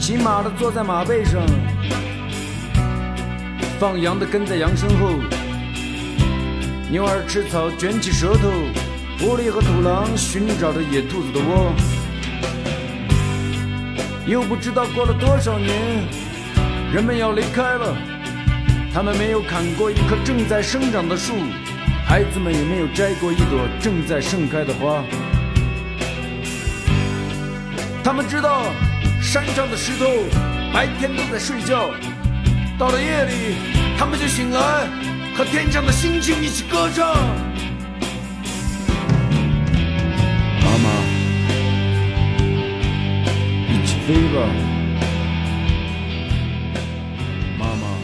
骑马的坐在马背上，放羊的跟在羊身后，牛儿吃草卷起舌头，狐狸和土狼寻找着野兔子的窝。又不知道过了多少年，人们要离开了，他们没有砍过一棵正在生长的树，孩子们也没有摘过一朵正在盛开的花。他们知道山上的石头白天都在睡觉，到了夜里他们就醒来，和天上的星星一起歌唱。妈妈，一起飞吧，妈妈。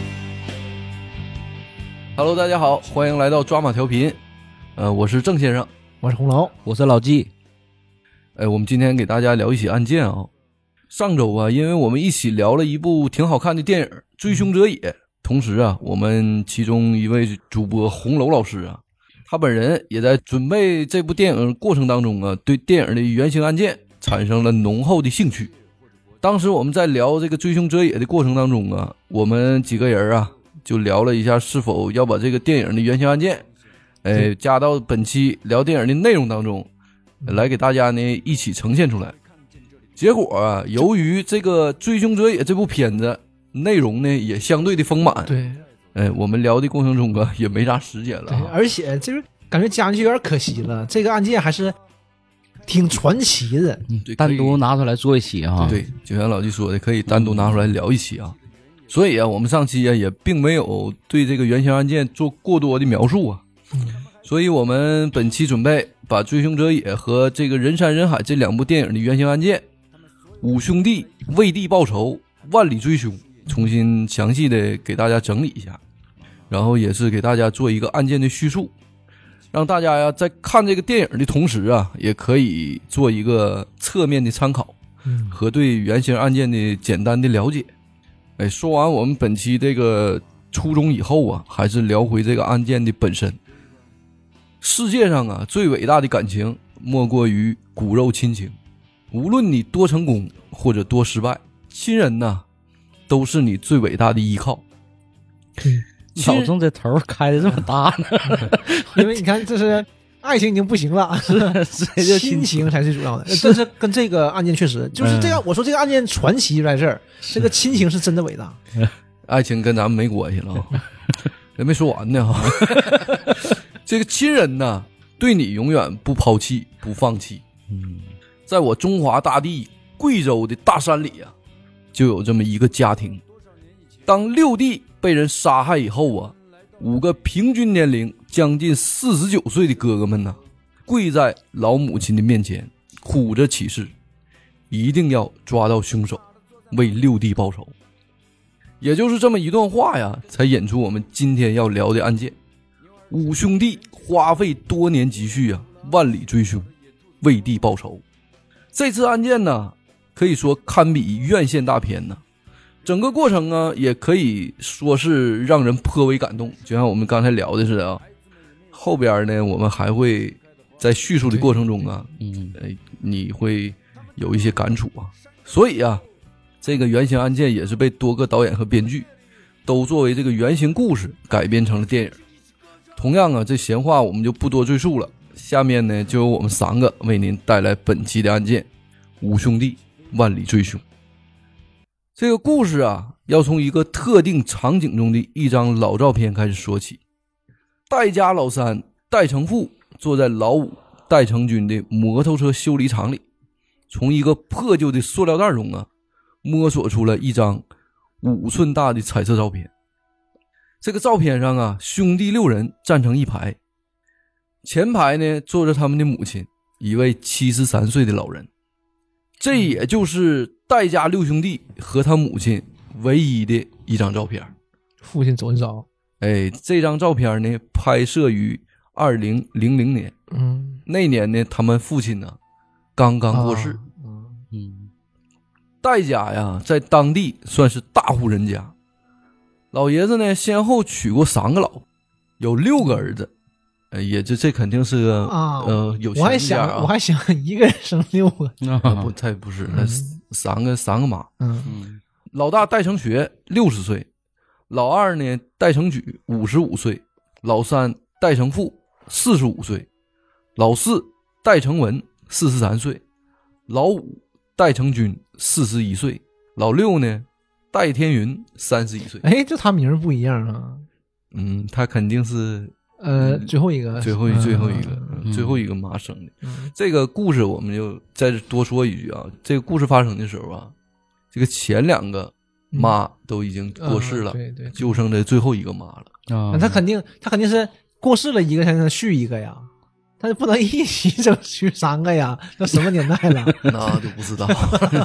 Hello， 大家好，欢迎来到抓马调频。我是郑先生， 我是红楼， 我是老纪。 我们今天给大家聊一起案件啊。上周啊，因为我们一起聊了一部挺好看的电影《追凶者也》，同时啊，我们其中一位主播红楼老师啊，他本人也在准备这部电影过程当中啊，对电影的原型案件产生了浓厚的兴趣。当时我们在聊这个《追凶者也》的过程当中啊，我们几个人啊就聊了一下是否要把这个电影的原型案件加到本期聊电影的内容当中来给大家呢一起呈现出来。结果啊，由于这个《追凶者也》这部片子内容呢也相对的丰满， 对， 我们聊的过程中啊也没啥时间了， 对，而且就是感觉加进去有点可惜了，这个案件还是挺传奇的， 对， 单独拿出来做一期啊。 对，就像老纪说的，可以单独拿出来聊一期啊。所以啊，我们上期啊也并没有对这个原型案件做过多的描述啊。所以我们本期准备把《追凶者也》和这个《人山人海》这两部电影的原型案件五兄弟为地报仇万里追凶重新详细的给大家整理一下，然后也是给大家做一个案件的叙述，让大家呀在看这个电影的同时啊也可以做一个侧面的参考和对原型案件的简单的了解。说完我们本期这个初衷以后啊，还是聊回这个案件的本身。世界上啊最伟大的感情莫过于骨肉亲情，无论你多成功或者多失败，亲人呢都是你最伟大的依靠。 老郑这头开的这么大呢因为你看这是爱情已经不行了，亲情才是主要的。但是跟这个案件确实就是这个，我说这个案件传奇就在这儿，这个亲情是真的伟大， 爱情跟咱们没关系了也没说完呢哈。这个亲人呢对你永远不抛弃不放弃。在我中华大地贵州的大山里啊，就有这么一个家庭。当六弟被人杀害以后啊，5个平均年龄将近49岁的哥哥们呢，跪在老母亲的面前，哭着起誓，一定要抓到凶手，为六弟报仇。也就是这么一段话呀，才引出我们今天要聊的案件。5兄弟花费多年积蓄啊，万里追凶，为地报仇。这次案件呢，可以说堪比院线大片呢。整个过程呢，也可以说是让人颇为感动，就像我们刚才聊的似的啊。后边呢，我们还会在叙述的过程中啊，你会有一些感触啊。所以啊，这个原型案件也是被多个导演和编剧都作为这个原型故事改编成了电影。同样啊，这闲话我们就不多赘述了。下面呢，就由我们3个为您带来本期的案件5兄弟万里追凶。这个故事啊，要从一个特定场景中的一张老照片开始说起。戴家老三戴成富坐在老五戴成军的摩托车修理厂里，从一个破旧的塑料袋中啊，摸索出了一张5寸大的彩色照片。这个照片上啊，兄弟6人站成一排，前排呢坐着他们的母亲，一位73岁的老人。这也就是戴家6兄弟和他母亲唯一的一张照片。 父亲走很少。 这张照片呢拍摄于2000年。那年呢他们父亲呢刚刚过世。戴家呀在当地算是大户人家，老爷子呢先后娶过3个老婆，有6个儿子。这肯定是个有钱家啊。 我还想一个人生6个不是三个妈。 嗯老大戴成学60岁，老二呢戴成举55岁，老三戴成富45岁，老四戴成文43岁，老五戴成军41岁，老六呢戴天云31岁。 哎，这他名儿不一样啊。 他肯定是最后一个最后一个妈生的。这个故事我们就再多说一句啊，这个故事发生的时候啊，这个前2个妈都已经过世了， 对对， 就剩这最后一个妈了。 他肯定是过世了一个才能续一个呀，他就不能一起整续3个呀，这什么年代了？ 那就不知道。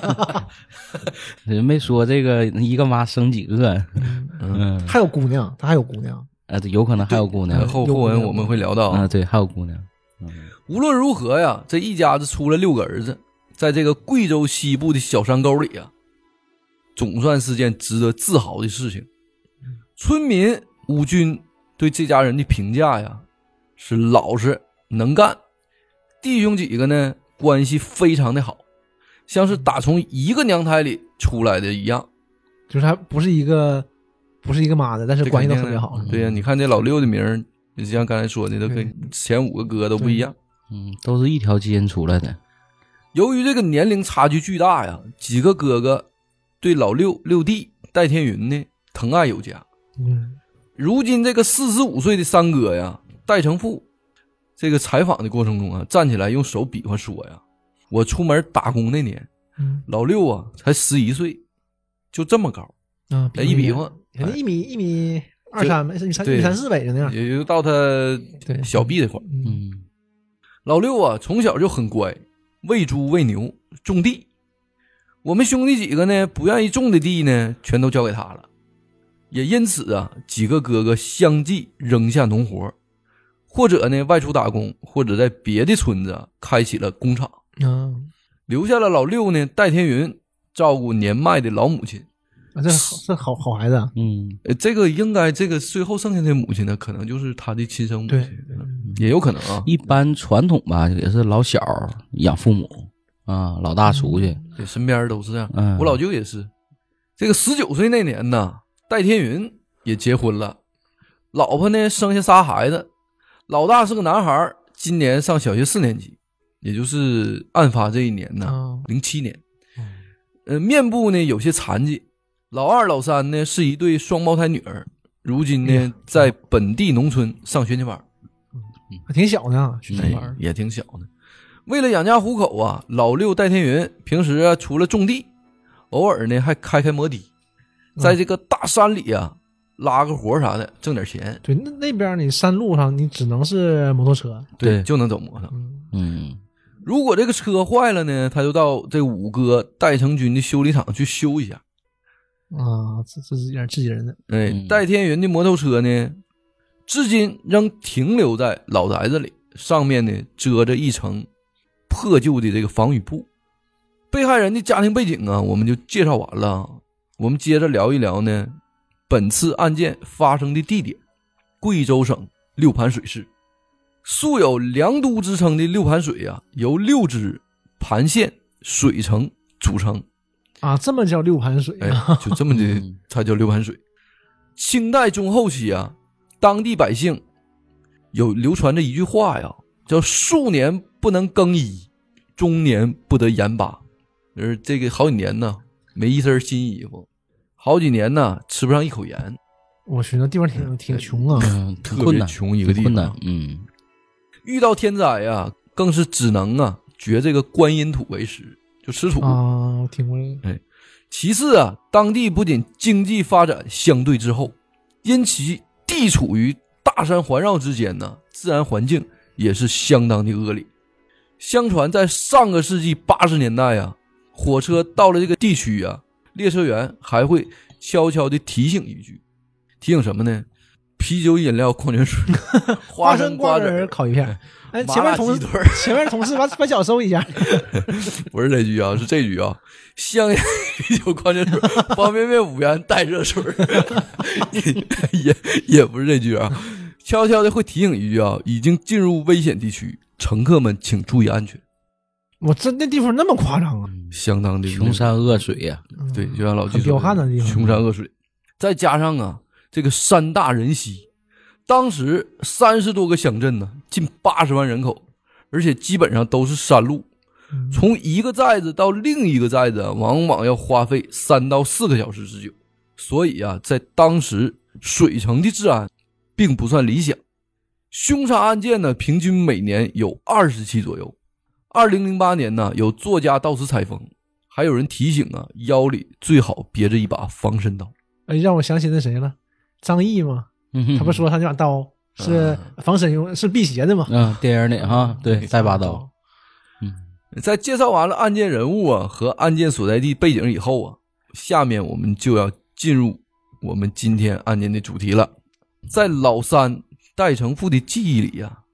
人没说这个一个妈生几个， 还有姑娘，他还有姑娘。 有可能还有姑娘， 后文我们会聊到对，还有姑娘。 无论如何呀，这一家子出了6个儿子，在这个贵州西部的小山沟里呀，总算是件值得自豪的事情。村民吴军对这家人的评价呀，是老实能干，弟兄几个呢关系非常的好，像是打从一个娘胎里出来的一样。 就是他不是一个妈的，但是关系都特别好。 对呀，你看这老六的名儿，就像刚才说的，都跟前5个哥都不一样。 都是一条基因出来的。 由于这个年龄差距巨大呀，几个哥哥对老六弟戴天云呢疼爱有加。如今这个45岁的三哥呀，戴成富，这个采访的过程中啊，站起来用手比划说呀，我出门打工那年，老六啊才11岁，就这么高。一比划， 1米23、1.34呗，就那样， 也就到他小臂这块。老六啊，从小就很乖，喂猪喂牛，种地。我们兄弟几个呢，不愿意种的地呢，全都交给他了。也因此啊，几个哥哥相继扔下农活，或者呢外出打工，或者在别的村子开启了工厂。留下了老六呢，戴天云照顾年迈的老母亲。 这好孩子。 这个应该这个最后剩下的母亲呢，可能就是他的亲生母亲。也有可能啊。 一般传统吧，也是老小养父母啊，老大出去。 对，身边都是这样。我老舅也是。这个19岁那年呢，戴天云也结婚了，老婆呢生下仨孩子，老大是个男孩，今年上小学4年级，也就是案发这一年呢，07年。面部呢有些残疾。老二老三呢是一对双胞胎女儿，如今呢在本地农村上学前班。 还挺小呢，学前班也挺小的。为了养家糊口啊，老六戴天云平时啊除了种地，偶尔呢还开摩的，在这个大山里啊拉个活啥的挣点钱。 对，那边你山路上你只能是摩托车， 对，就能走摩托。如果这个车坏了呢，他就到这五哥戴成军的修理厂去修一下。 这是有点自己人的。 戴天云的摩托车呢，至今仍停留在老宅子里，上面呢遮着一层破旧的这个防雨布。被害人的家庭背景啊，我们就介绍完了。我们接着聊一聊呢，本次案件发生的地点，贵州省六盘水市。素有良都之称的六盘水啊，由6支盘县水城组成。 这么叫六盘水就这么的才叫六盘水。清代中后期啊，当地百姓有流传着一句话呀，叫数年不能更衣，终年不得盐巴。就是这个好几年呢没一身新衣服，好几年呢吃不上一口盐。 我去，那地方挺穷啊， 特别穷一个地方。遇到天灾啊，更是只能掘这个观音土为食，就吃土。 我听过。 其次啊，当地不仅经济发展相对滞后，因其地处于大山环绕之间呢，自然环境也是相当的恶劣。相传在上个世纪80年代啊，火车到了这个地区啊，列车员还会悄悄地提醒一句，提醒什么呢？啤酒、饮料、矿泉水、 花生、瓜子、烤鱼片。前面同事把脚收一下。 不是这句啊，是这句啊。香烟、啤酒、矿泉水、方便面5元带热水。也不是这句啊，悄悄的会提醒一句啊，已经进入危险地区，乘客们请注意安全。 我这那地方那么夸张啊？ 相当的穷山恶水呀， 对，就像老季很彪悍的地方， 穷山恶水，再加上啊这个山大人稀，当时30多个乡镇呢，近80万人口，而且基本上都是山路，从一个寨子到另一个寨子往往要花费3到4个小时之久，所以啊，在当时水城的治安并不算理想，凶杀案件呢，平均每年有20起左右。2008年呢，有作家到此采风，还有人提醒啊，腰里最好别着一把防身刀。 哎，让我想起那谁了，张译嘛，他不说他那把刀是防身用，是辟邪的嘛？ 电影里哈，对，带把刀。 在介绍完了案件人物啊和案件所在地背景以后啊，下面我们就要进入我们今天案件的主题了。在老三戴成富的记忆里啊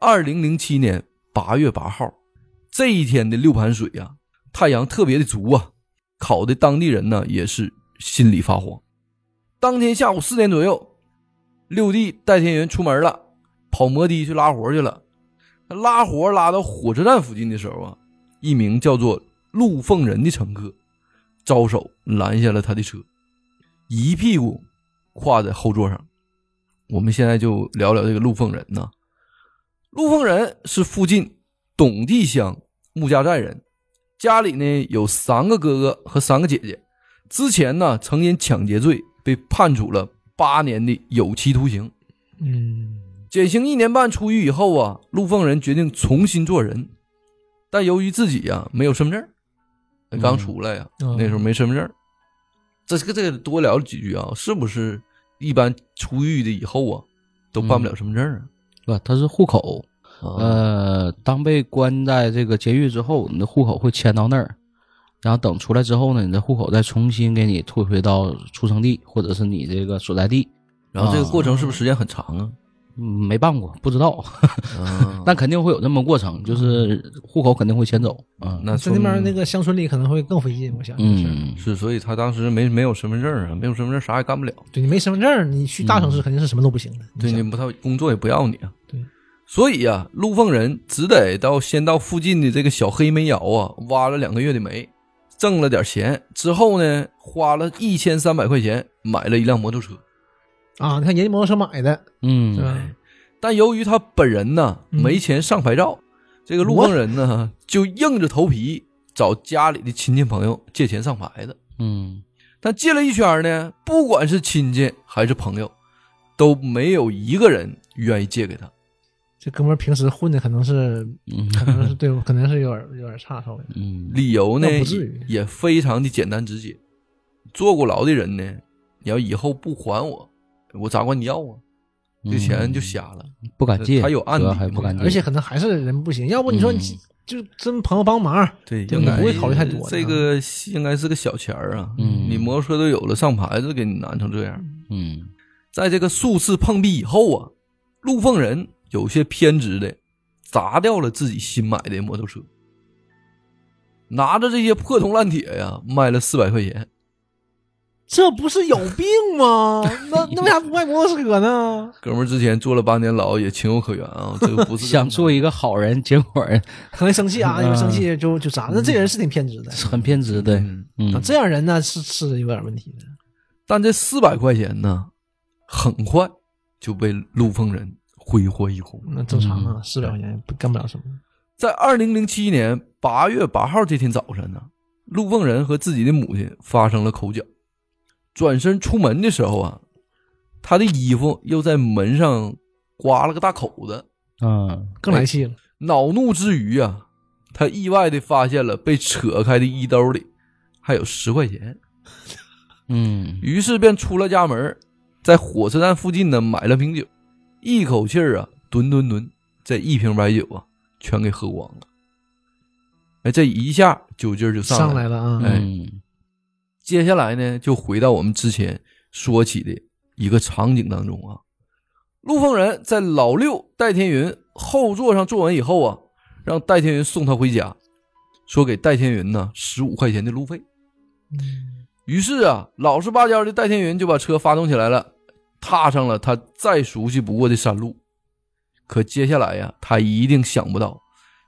，2007年8月8号这一天的六盘水啊，太阳特别的足啊，烤的当地人呢也是心里发慌。当天下午4点左右，六弟戴天元出门了，跑摩的去拉活去了。他拉活拉到火车站附近的时候啊，一名叫做陆凤仁的乘客招手拦下了他的车，一屁股跨在后座上。我们现在就聊聊这个陆凤仁呢。陆凤仁是附近董地乡穆家寨人，家里呢有3个哥哥和3个姐姐，之前呢曾因抢劫罪被判处了8年的有期徒刑。减刑1年半出狱以后啊，陆凤仁决定重新做人，但由于自己啊没有身份证，刚出来呀，那时候没身份证。这个多聊几句啊，是不是一般出狱的以后啊都办不了身份证啊？ 不，他是户口。当被关在这个监狱之后，你的户口会迁到那儿，然后等出来之后呢，你的户口再重新给你退回到出生地或者是你这个所在地。 然后这个过程是不是时间很长啊？ 没办过，不知道。但肯定会有这么过程，就是户口肯定会迁走啊。 那在那边那个乡村里可能会更费劲，我想。 是，所以他当时没有身份证啊，没有身份证啥也干不了。 对，你没身份证，你去大城市肯定是什么都不行的。 对，你不他工作也不要你啊。 对。 所以啊，陆凤仁只得先到附近的这个小黑煤窑啊，挖了2个月的煤，挣了点钱之后呢，花了1300块钱买了一辆摩托车。 啊，你看人家摩托车买的，是吧？ 但由于他本人呢没钱上牌照，这个陆凤仁呢就硬着头皮找家里的亲戚朋友借钱上牌的。但借了一圈呢，不管是亲戚还是朋友，都没有一个人愿意借给他。 这哥们平时混的可能是对，可能是有点差稍微。 理由呢不至于也非常的简单直接。坐过牢的人呢，你要以后不还我咋管你要啊？这钱就瞎了， 不敢借， 他有案底， 还不敢借， 而且可能还是人不行。要不你说你就真朋友帮忙， 对， 你不会考虑太多。 这个应该是个小钱啊，你摩托车都有了，上牌子给你难成这样。在这个数次碰壁以后啊，陆凤仁有些偏执的砸掉了自己新买的摩托车，拿着这些破铜烂铁呀，卖了400块钱。 这不是有病吗？那为啥不卖摩托车呢？ 哥们儿之前坐了8年牢也情有可原啊，这个不是想做一个好人，结果可能生气啊，因为生气就砸。那这人是挺偏执的， 很偏执的。 这样人呢是有点问题的。 但这400块钱呢，很快就被陆凤仁挥霍一空。 那正常啊，400块钱干不了什么。 在2007年8月8号这天早晨呢，陆凤仁和自己的母亲发生了口角。转身出门的时候啊，他的衣服又在门上刮了个大口子， 更来气了。 恼怒之余啊，他意外的发现了被扯开的衣兜里还有10块钱。于是便出了家门，在火车站附近呢买了瓶酒，一口气啊吨，这1瓶白酒啊全给喝光了。这一下酒劲就上来了啊！ 接下来呢，就回到我们之前说起的一个场景当中啊。陆凤仁在老六戴天云后座上坐稳以后啊，让戴天云送他回家，说给戴天云呢15块钱的路费。于是啊，老实巴交的戴天云就把车发动起来了，踏上了他再熟悉不过的山路。可接下来呀，他一定想不到，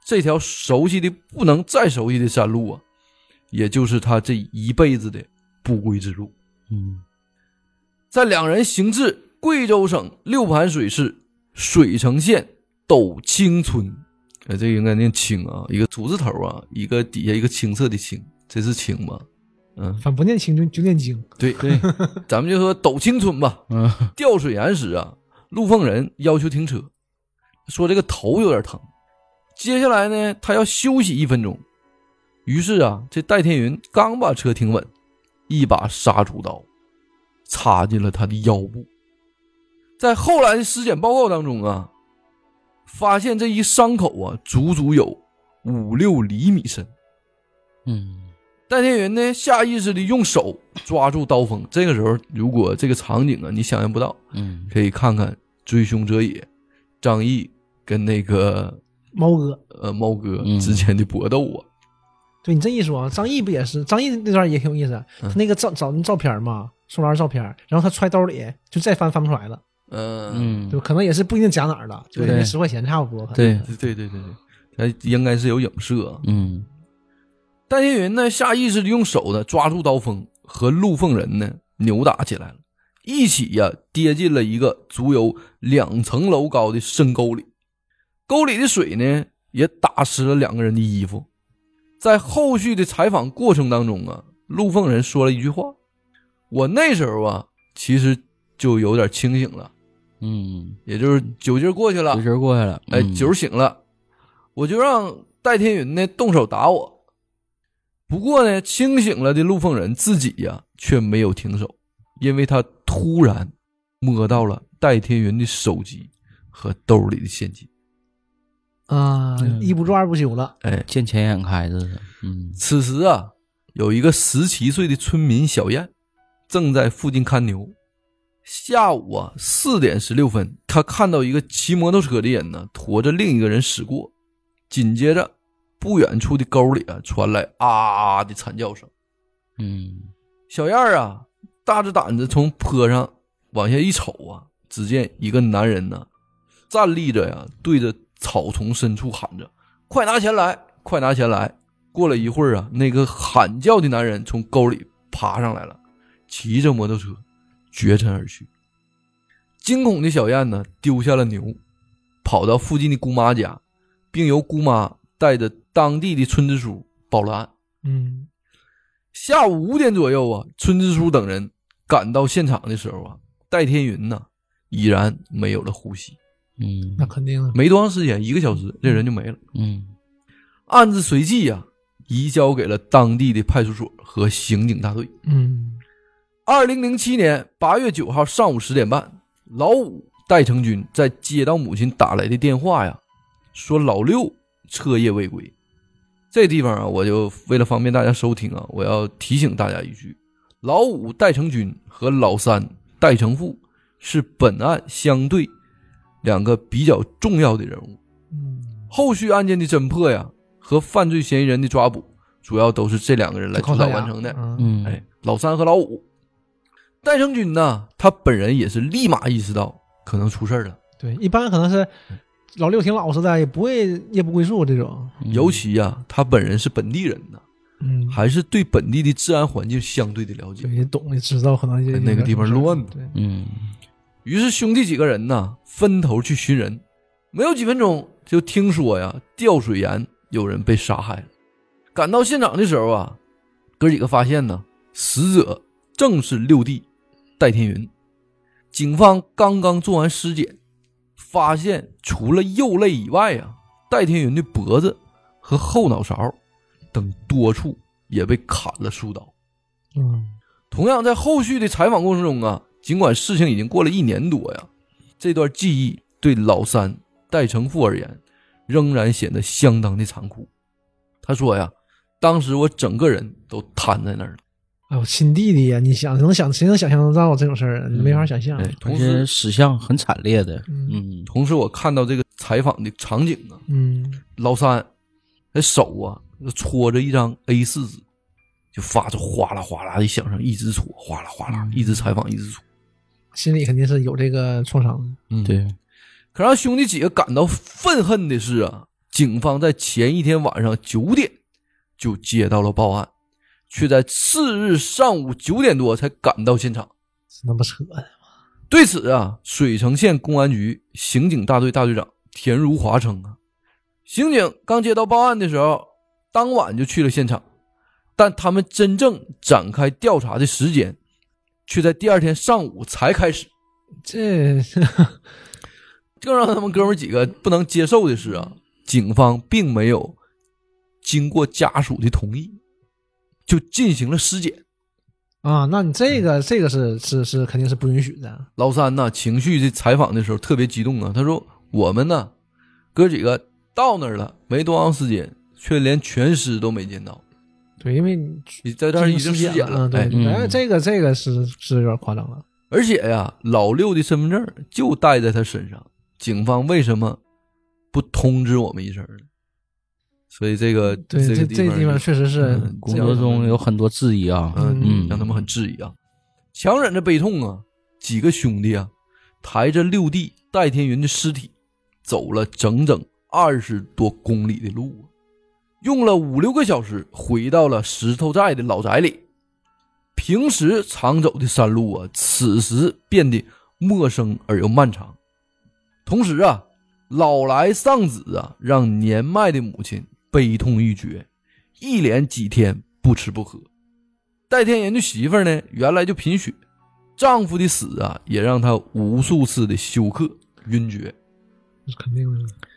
这条熟悉的不能再熟悉的山路啊，也就是他这一辈子的不归之路。在两人行至贵州省六盘水市水城县斗青村，这个应该念青啊，一个土字头啊，一个底下一个青色的青，这是青吗？ 反正不念青就念经。 对对，咱们就说斗青村吧。吊水岩时啊，陆凤人要求停车，说这个头有点疼，接下来呢他要休息1分钟。于是啊，这戴天云刚把车停稳，一把杀猪刀插进了他的腰部。在后来的尸检报告当中啊，发现这一伤口啊足足有5-6厘米深。戴天云呢下意识的用手抓住刀锋，这个时候如果这个场景啊你想象不到，可以看看追凶者也张译跟那个猫哥之间的搏斗啊。 对，你这一说啊，张译不也是？张译那段也挺有意思，他那个找那照片嘛，收栏照片，然后他揣兜里就再翻不出来了。对，可能也是不一定夹哪儿了，就跟那10块钱差不多。 对，应该是有影射。戴天云呢下意识的用手呢抓住刀锋，和陆凤人呢扭打起来了，一起呀跌进了一个足有2层楼高的深沟里。沟里的水呢也打湿了2个人的衣服。在后续的采访过程当中啊，陆凤人说了一句话，我那时候啊其实就有点清醒了。也就是酒劲过去了，酒醒了，我就让戴天云呢动手打我。不过呢，清醒了的陆凤人自己呀却没有停手，因为他突然摸到了戴天云的手机和兜里的现金。 一不做二不休了。 见钱眼开这是。 此时啊，有一个17岁的村民小燕正在附近看牛。下午啊4点16分，他看到一个骑摩托车的人呢驮着另一个人驶过，紧接着不远处的沟里啊传来啊的惨叫声。小燕啊大着胆子从坡上往下一瞅啊，只见一个男人呢站立着呀，对着草丛深处喊着，快拿钱来，快拿钱来。过了一会儿啊，那个喊叫的男人从沟里爬上来了，骑着摩托车绝尘而去。惊恐的小燕呢丢下了牛，跑到附近的姑妈家，并由姑妈带着当地的村支书报了案。下午5点左右啊，村支书等人赶到现场的时候啊，戴天云呢已然没有了呼吸。 那肯定没多长时间，1个小时，这人就没了。案子随即啊移交给了当地的派出所和刑警大队。2007年8月9号上午10点半，老五戴成军在接到母亲打来的电话呀，说老六彻夜未归。这地方啊，我就为了方便大家收听啊，我要提醒大家一句，老五戴成军和老三戴成富是本案相对2个比较重要的人物。后续案件的侦破呀和犯罪嫌疑人的抓捕主要都是这2个人来主导完成的。老三和老五。戴成军呢，他本人也是立马意识到可能出事了。 对，一般可能是老六挺老实的，也不会夜不归宿这种。 尤其啊，他本人是本地人呢，还是对本地的治安环境相对的了解， 也懂，也知道可能那个地方乱的。于是兄弟几个人呢分头去寻人，没有几分钟就听说呀吊水岩有人被杀害了。赶到现场的时候啊，哥几个发现呢死者正是六弟戴天云。警方刚刚做完尸检，发现除了右肋以外啊，戴天云的脖子和后脑勺等多处也被砍了数刀。同样在后续的采访过程中啊，尽管事情已经过了1年多呀，这段记忆对老三戴成富而言仍然显得相当的残酷。他说呀，当时我整个人都瘫在那儿了。 哎呦，亲弟弟呀！你谁能想象得到这种事儿？你没法想象。 同时死相很惨烈的。 同时我看到这个采访的场景啊，老三那手啊搓着一张 A4 纸，就发出哗啦哗啦的响声，一直搓，哗啦哗啦，一直采访，一直搓， 心里肯定是有这个创伤的。 对。可让兄弟几个感到愤恨的是啊， 警方在前一天晚上9点就接到了报案，却在次日上午9点多才赶到现场。 那不扯的。 对此啊，水城县公安局刑警大队大队长田如华称啊，刑警刚接到报案的时候，当晚就去了现场，但他们真正展开调查的时间却在第二天上午才开始。 这更让他们哥们几个不能接受的是啊，警方并没有经过家属的同意就进行了尸检啊。那你这个是肯定是不允许的。 老三呢，情绪的采访的时候特别激动啊，他说我们呢哥几个到那儿了没多长时间，却连全尸都没见到。 对，因为你在这儿已经尸检了， 对，这个是有点夸张了。 而且呀，老六的身份证就带在他身上，警方为什么不通知我们一声呢？所以这个对这个地方确实是工作中有很多质疑啊， 让他们很质疑啊。强忍着悲痛啊，几个兄弟啊抬着六弟戴天云的尸体走了整整20多公里的路，用了5、6个小时回到了石头寨的老宅里。平时常走的山路啊，此时变得陌生而又漫长。同时啊，老来丧子啊，让年迈的母亲悲痛欲绝，一连几天不吃不喝。戴天云的媳妇呢，原来就贫血，丈夫的死啊，也让她无数次的休克晕厥。 肯定的。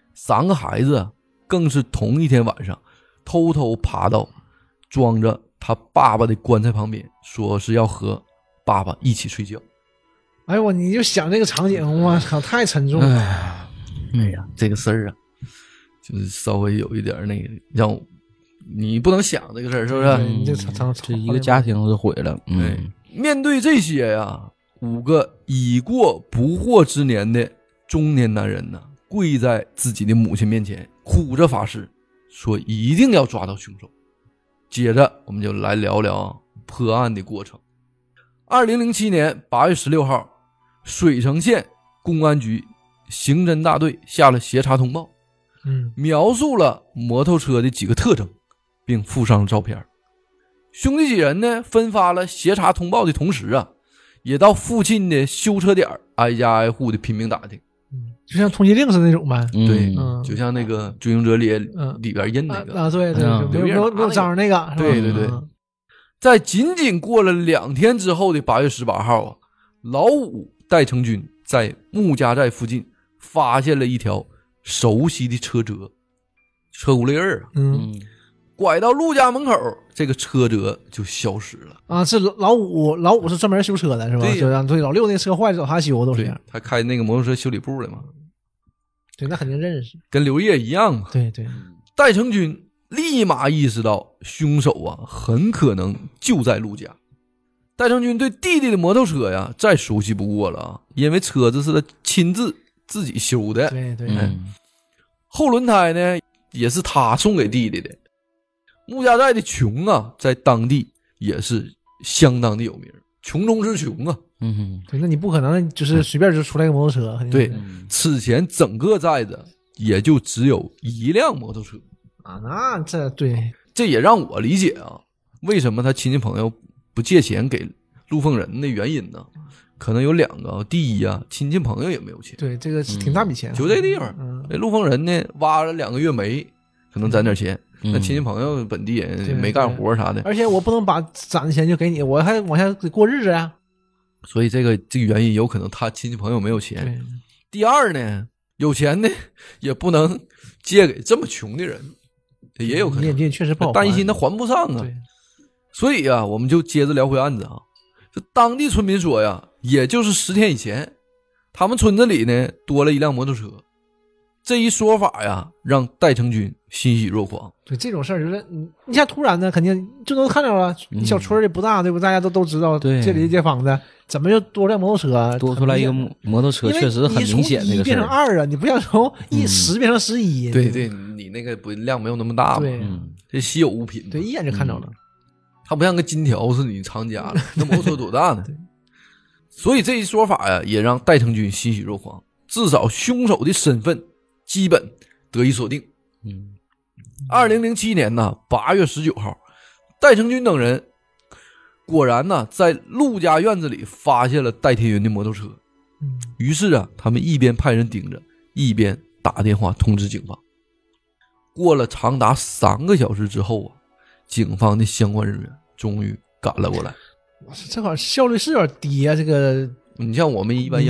3个孩子啊，更是同一天晚上偷偷爬到装着他爸爸的棺材旁边，说是要和爸爸一起睡觉。 哎呦，你就想这个场景，我操，太沉重了。 哎呀，这个事儿啊，就是稍微有一点那个，让你不能想这个事儿，是不是？ 这一个家庭都毁了。 面对这些呀，5个已过不惑之年的中年男人呢，跪在自己的母亲面前，哭着发誓，说一定要抓到凶手。接着我们就来聊聊破案的过程。2007年8月16号，水城县公安局刑侦大队下了协查通报，描述了摩托车的几个特征，并附上了照片。兄弟几人呢，分发了协查通报的同时啊，也到附近的修车点挨家挨户的拼命打听。 就像通缉令似的那种呗。 对，就像那个追凶者里边印那个对，没有章那个。 对对对。在仅仅过了2天之后的8月18号啊，老五戴成军在穆家寨附近发现了一条熟悉的车辙，车轱辘印儿啊。拐到陆家门口，这个车辙就消失了啊！是老五是专门修车的，是吧？对，老六那车坏了找他修都是。 他开那个摩托车修理部的嘛。 对，那肯定认识， 跟刘烨一样嘛。 对对。 戴成军立马意识到凶手啊很可能就在陆家。戴成军对弟弟的摩托车呀再熟悉不过了啊，因为车子是他亲自自己修的。 对对。 后轮胎呢也是他送给弟弟的。穆家寨的穷啊，在当地也是相当的有名，穷中之穷啊。 对，那你不可能就是随便就出来个摩托车。 对，此前整个寨子也就只有1辆摩托车啊。那这也让我理解啊，为什么他亲戚朋友不借钱给陆凤仁的原因呢？可能有2个，第一啊，亲戚朋友也没有钱。 对，这个挺大笔钱。 就这地方，陆凤仁呢挖了2个月煤，可能攒点钱。那亲戚朋友本地人没干活啥的， 而且我不能把攒的钱就给你，我还往下过日子呀。 所以这个原因有可能他亲戚朋友没有钱。第二呢，有钱呢也不能借给这么穷的人，也有可能也确实不好担心他还不上啊。所以啊，我们就接着聊回案子啊。这当地村民说呀，也就是10天以前，他们村子里呢多了1辆摩托车。这一说法呀，让戴成军欣喜若狂。 对这种事儿，就是你像突然的，肯定就能看到了。你小村也不大，对不？大家都知道，这里的街坊的怎么又多辆摩托车？ 多出来一个摩托车，确实很明显。这个事儿变成2啊，你不要从10变成11。 对对，你那个量没有那么大嘛。 对， 这稀有物品。 对，一眼就看着了。 它不像个金条似的，你藏家了。那摩托车多大呢？所以这一说法呀，也让戴成军欣喜若狂。至少凶手的身份基本得以锁定。 2007年呢8月19号，戴成军等人果然呢在陆家院子里发现了戴天云的摩托车。于是啊，他们一边派人盯着，一边打电话通知警方。过了长达3个小时之后啊，警方的相关人员终于赶了过来。 这好效率是有点低啊！这个你像我们一般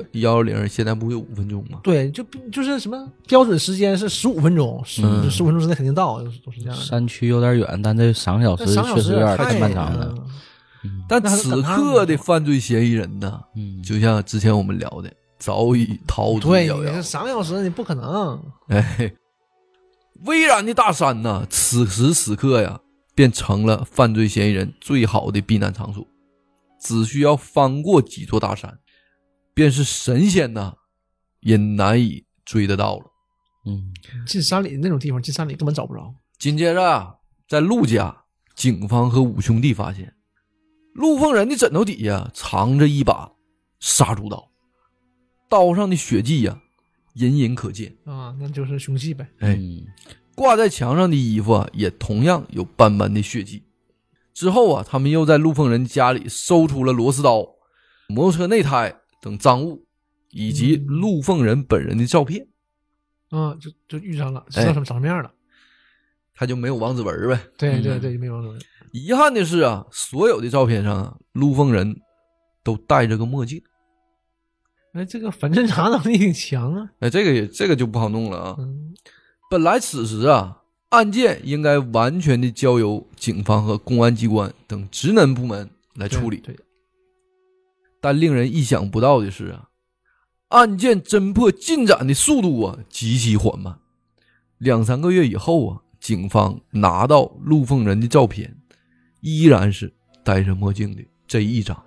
110现在不会有5分钟吗？ 对，就是什么标准时间是15分钟，15分钟之内肯定到，都是这样的。 山区有点远，但这3个小时确实有点太漫长了。 但此刻的犯罪嫌疑人呢，就像之前我们聊的，早已逃出对， 夭夭。 你3个小时你不可能。 哎，巍然的大山呢，此时此刻呀，便成了犯罪嫌疑人最好的避难场所。只需要翻过几座大山，便是神仙呐也难以追得到了。 进山里那种地方，进山里根本找不着。 紧接着啊，在陆家，警方和五兄弟发现陆凤人的枕头底下藏着一把杀猪刀，刀上的血迹呀隐隐可见啊，那就是凶器呗。 挂在墙上的衣服啊也同样有斑斑的血迹。之后啊，他们又在陆凤人家里搜出了螺丝刀、摩托车内胎等赃物，以及陆凤人本人的照片。 就遇上了，知道长什么样了。 他就没有王子文呗。 对，没有王子文。 遗憾的是啊，所有的照片上啊，陆凤人都戴着个墨镜。 这个反侦查能力挺强啊。 这个就不好弄了啊。本来此时啊，案件应该完全的交由警方和公安机关等职能部门来处理。 对。 但令人意想不到的是啊，案件侦破进展的速度啊极其缓慢。2-3个月以后啊，警方拿到陆凤人的照片，依然是戴着墨镜的这一张。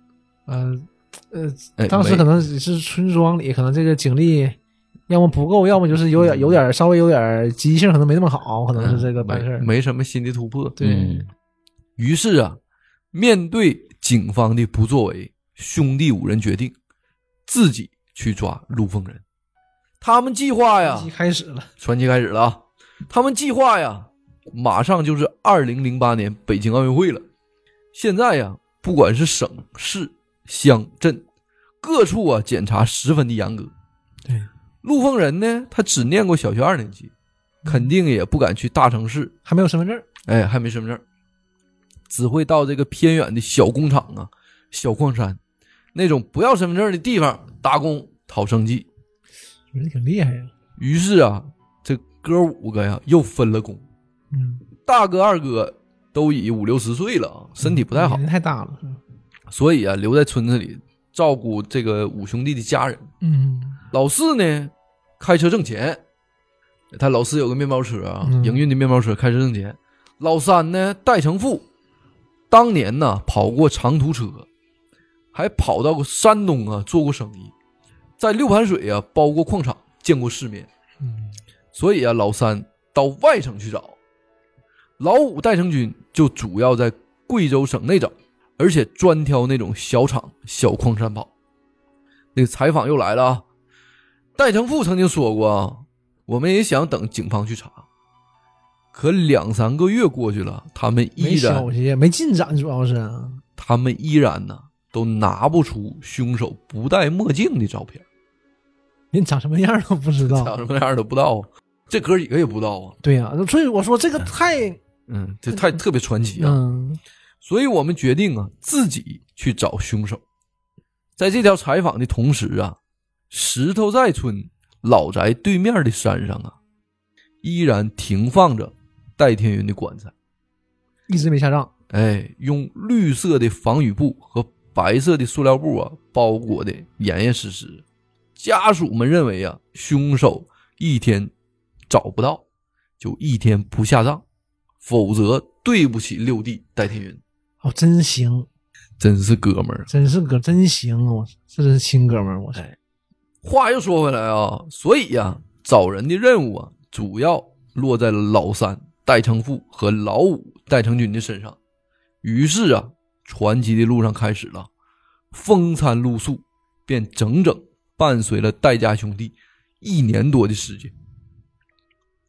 当时可能是村庄里，可能这个警力要么不够，要么就是稍微有点积极性，可能没那么好，可能是这个办事没什么新的突破。 对。 于是啊，面对警方的不作为，兄弟5人决定自己去抓陆凤人。他们计划呀，传奇开始了啊！他们计划呀，马上就是2008年北京奥运会了。现在呀，不管是省市乡镇各处啊，检查十分的严格。 对， 陆凤人呢，他只念过小学2年级，肯定也不敢去大城市， 还没有身份证。 还没身份证，只会到这个偏远的小工厂啊、小矿山那种不要身份证的地方打工讨生计。 人挺厉害呀。 于是啊，这哥5个呀又分了工。大哥二哥都已50-60岁了，身体不太好， 人太大了， 所以啊留在村子里照顾这个5兄弟的家人。老四呢开车挣钱，他老四有个面包车啊，营运的面包车，开车挣钱。老三呢戴成富，当年呢跑过长途车，还跑到过山东啊做过生意，在六盘水啊包过矿场，见过世面。所以啊，老三到外省去找，老5戴成军就主要在贵州省内找，而且专挑那种小厂小矿山跑。那个采访又来了啊，戴成富曾经说过啊，我们也想等警方去查，可2-3个月过去了，他们依然没消息，没进展，主要是他们依然呢都拿不出凶手不戴墨镜的照片， 连长什么样都不知道， 长什么样都不知道，这哥几个也不知道啊。 对啊，所以我说这个太这太特别传奇啊。所以我们决定啊自己去找凶手。在这条采访的同时啊，石头寨村老宅对面的山上啊，依然停放着戴天云的棺材， 一直没下葬。 用绿色的防雨布和白色的塑料布啊包裹的严严实实。家属们认为啊，凶手一天找不到，就一天不下葬，否则对不起六弟戴天云。 真行， 真是哥们儿， 真行，我这是亲哥们儿。我话又说回来啊，所以啊，找人的任务啊，主要落在了老3戴成富和老5戴成军的身上。于是啊，传奇的路上开始了，风餐露宿，便整整伴随了戴家兄弟1年多的时间。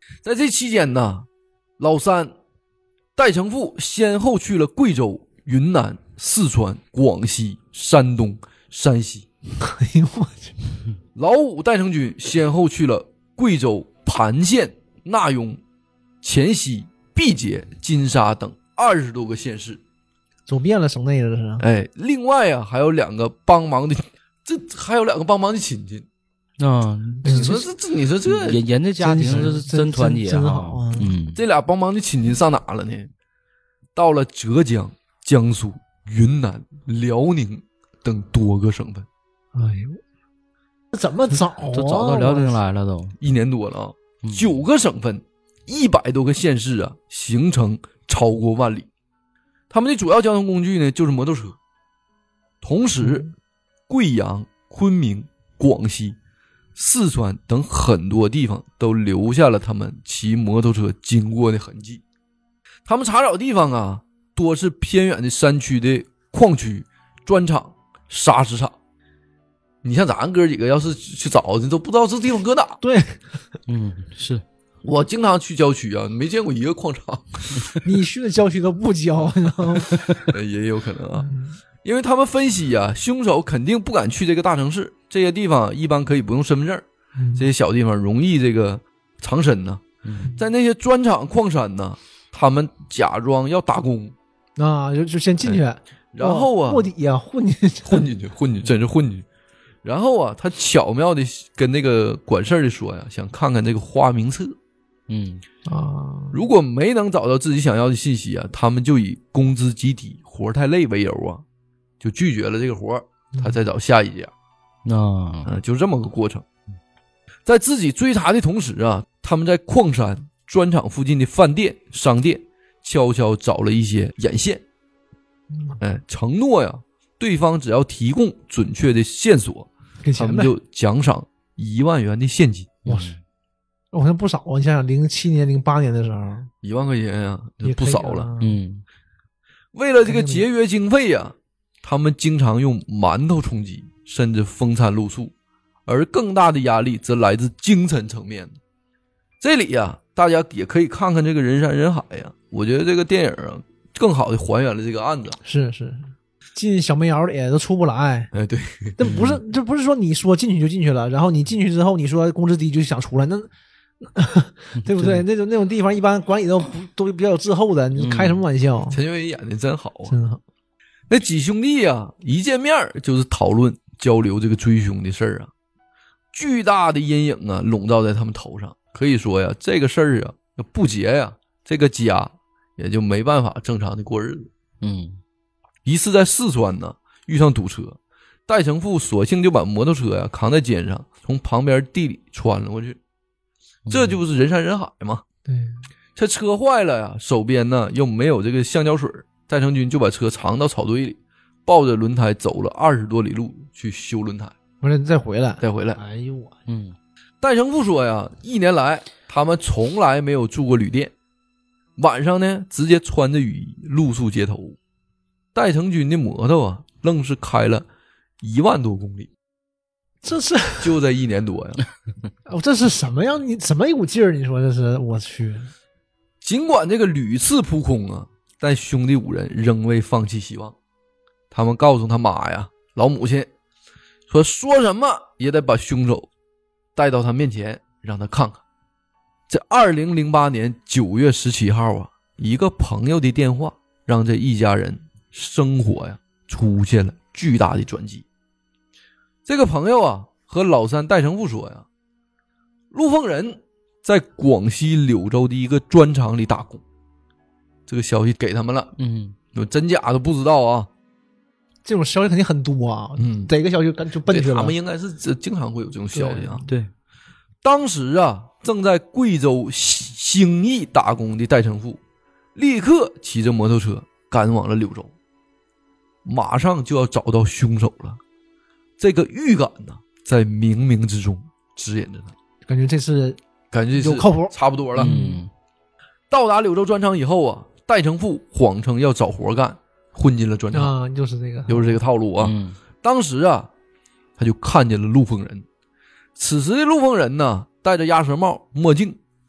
在这期间呢，老三戴成富先后去了贵州、云南、四川、广西、山东、山西。 哎呦我去！ 老五戴成军先后去了贵州盘县、纳雍、黔西、毕节、金沙等20多个县市， 走遍了省内了，这是。 哎，另外啊，还有两个帮忙的亲戚啊。 你说你说这人家家庭是真团结啊！ 这俩帮忙的亲戚上哪了呢？到了浙江、江苏、云南、辽宁等多个省份。 哎呦，怎么找啊？ 都找到辽宁来了都 ，1年多了啊！9个省份，100多个县市啊，行程超过万里。他们的主要交通工具呢，就是摩托车。同时，贵阳、昆明、广西、四川等很多地方都留下了他们骑摩托车经过的痕迹。他们查找地方啊，多是偏远的山区的矿区、砖厂、砂石场。你像咱哥几个要是去找，你都不知道这地方搁哪。 对， 是我经常去郊区啊，没见过一个矿场。 你去的郊区都不郊，你知道吗？ 也有可能啊，因为他们分析啊，凶手肯定不敢去这个大城市，这些地方一般可以不用身份证，这些小地方容易这个藏身呢。在那些砖厂、矿山呢，他们假装要打工啊，就先进去， 然后啊， 卧底呀，混进去，真是混进去。然后啊，他巧妙的跟那个管事的说呀，想看看这个花名册。如果没能找到自己想要的信息啊，他们就以工资极低、活太累为由啊，就拒绝了这个活，他再找下一家。就这么个过程。在自己追查的同时啊，他们在矿山、砖厂附近的饭店、商店悄悄找了一些眼线，承诺呀，对方只要提供准确的线索，他们就奖赏1万元的现金。 哇塞，好像不少啊！你想想，07年、08年的时候 ，1万块钱啊，不少了。为了这个节约经费啊，他们经常用馒头充饥，甚至风餐露宿。而更大的压力则来自精神层面。这里啊，大家也可以看看这个人山人海呀。我觉得这个电影啊，更好的还原了这个案子。 是，进小煤窑里都出不来。 哎，对， 这不是说你说进去就进去了，然后你进去之后你说工资低就想出来，那对不对？那种地方一般管理都比较有滞后的，你开什么玩笑？ 陈学演的真好啊， 真好。 那几兄弟啊，一见面就是讨论交流这个追凶的事儿啊。巨大的阴影啊，笼罩在他们头上。可以说呀，这个事儿啊，不结呀，这个家也就没办法正常的过日子。一次在四川呢，遇上堵车，戴成富索性就把摩托车呀扛在肩上，从旁边地里穿了过去。这就是人山人海嘛。 对， 这车坏了呀，手边呢又没有这个橡胶水，戴成军就把车藏到草堆里，抱着轮胎走了20多里路去修轮胎。 完了再回来。 哎呦我， 戴成富说呀，1年来他们从来没有住过旅店，晚上呢直接穿着雨衣露宿街头。戴成军的摩托啊，愣是开了1万多公里， 这是就在1年多呀。 这是什么样？你怎么一股劲儿？你说这是？我去！ 尽管这个屡次扑空啊，但兄弟5人仍未放弃希望。他们告诉他妈呀，老母亲。说什么也得把凶手带到他面前，让他看看。这2008年9月17号啊，一个朋友的电话让这一家人生活呀出现了巨大的转机。这个朋友啊和老三戴成富说呀，陆凤仁在广西柳州的一个砖厂里打工。这个消息给他们了，真假都不知道啊。 这种消息肯定很多啊，哪个消息就奔去了。 他们应该是经常会有这种消息啊。 对， 当时啊，正在贵州兴义打工的戴成富，立刻骑着摩托车赶往了柳州，马上就要找到凶手了。这个预感呢，在冥冥之中指引着他。 感觉这是有靠谱， 差不多了。到达柳州砖厂以后啊，戴成富谎称要找活干。混进了砖厂啊，就是这个套路啊。当时啊，他就看见了陆凤仁。此时的陆凤仁呢，戴着鸭舌帽、墨镜，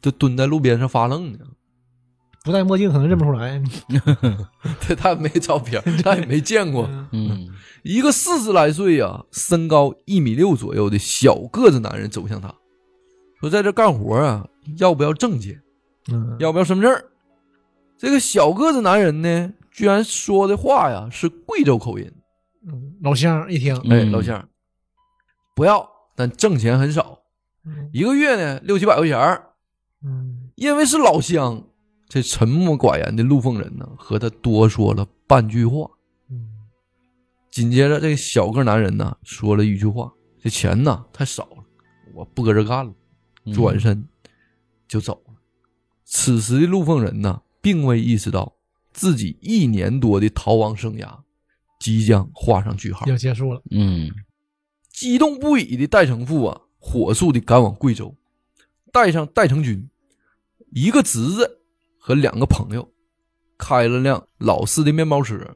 就蹲在路边上发愣呢。 不戴墨镜可能认不出来。 他没照片，他也没见过。一个40来岁啊，身高1.6米左右的小个子男人走向他，说在这干活啊，要不要证件？要不要身份证？这个小个子男人呢，居然说的话呀是贵州口音。 老乡一听， 老乡，不要，但挣钱很少，一个月呢600-700块钱。因为是老乡，这沉默寡言的陆凤人呢，和他多说了半句话。紧接着，这个小个男人呢说了一句话：“这钱呢太少了，我不搁这干了。”转身就走了。此时的陆凤人呢，并未意识到自己1年多的逃亡生涯即将画上句号， 要结束了。 激动不已的戴成富啊，火速的赶往贵州，带上戴成军、一个侄子和2个朋友，开了辆老式的面包车